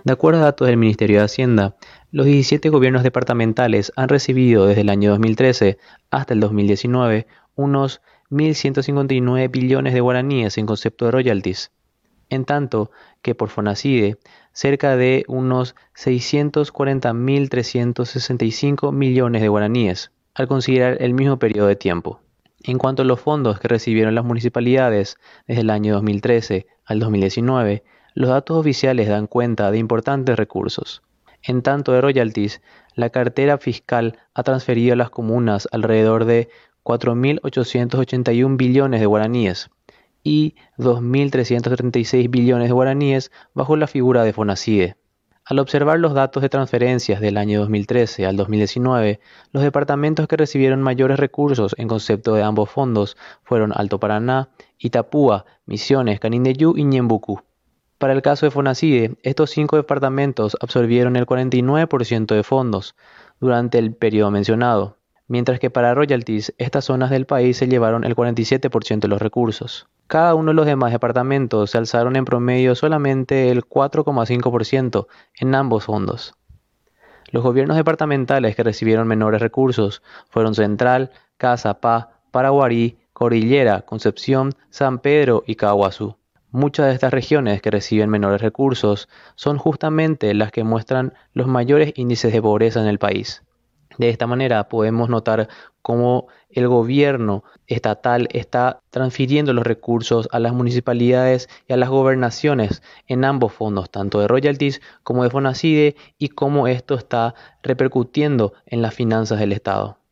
De acuerdo a datos del Ministerio de Hacienda, los 17 gobiernos departamentales han recibido desde el año 2013 hasta el 2019 unos 1.159 billones de guaraníes en concepto de royalties, en tanto que por Fonacide cerca de unos 640.365 millones de guaraníes, al considerar el mismo periodo de tiempo. En cuanto a los fondos que recibieron las municipalidades desde el año 2013 al 2019, los datos oficiales dan cuenta de importantes recursos. En tanto de royalties, la cartera fiscal ha transferido a las comunas alrededor de 4.881 billones de guaraníes y 2.336 billones de guaraníes bajo la figura de Fonacide. Al observar los datos de transferencias del año 2013 al 2019, los departamentos que recibieron mayores recursos en concepto de ambos fondos fueron Alto Paraná, Itapúa, Misiones, Canindeyú y Ñembucú. Para el caso de Fonacide, estos 5 departamentos absorbieron el 49% de fondos durante el periodo mencionado, mientras que para royalties, estas zonas del país se llevaron el 47% de los recursos. Cada uno de los demás departamentos se alzaron en promedio solamente el 4,5% en ambos fondos. Los gobiernos departamentales que recibieron menores recursos fueron Central, Caazapá, Paraguarí, Cordillera, Concepción, San Pedro y Caaguazú. Muchas de estas regiones que reciben menores recursos son justamente las que muestran los mayores índices de pobreza en el país. De esta manera podemos notar cómo el gobierno estatal está transfiriendo los recursos a las municipalidades y a las gobernaciones en ambos fondos, tanto de royalties como de Fonacide, y cómo esto está repercutiendo en las finanzas del Estado.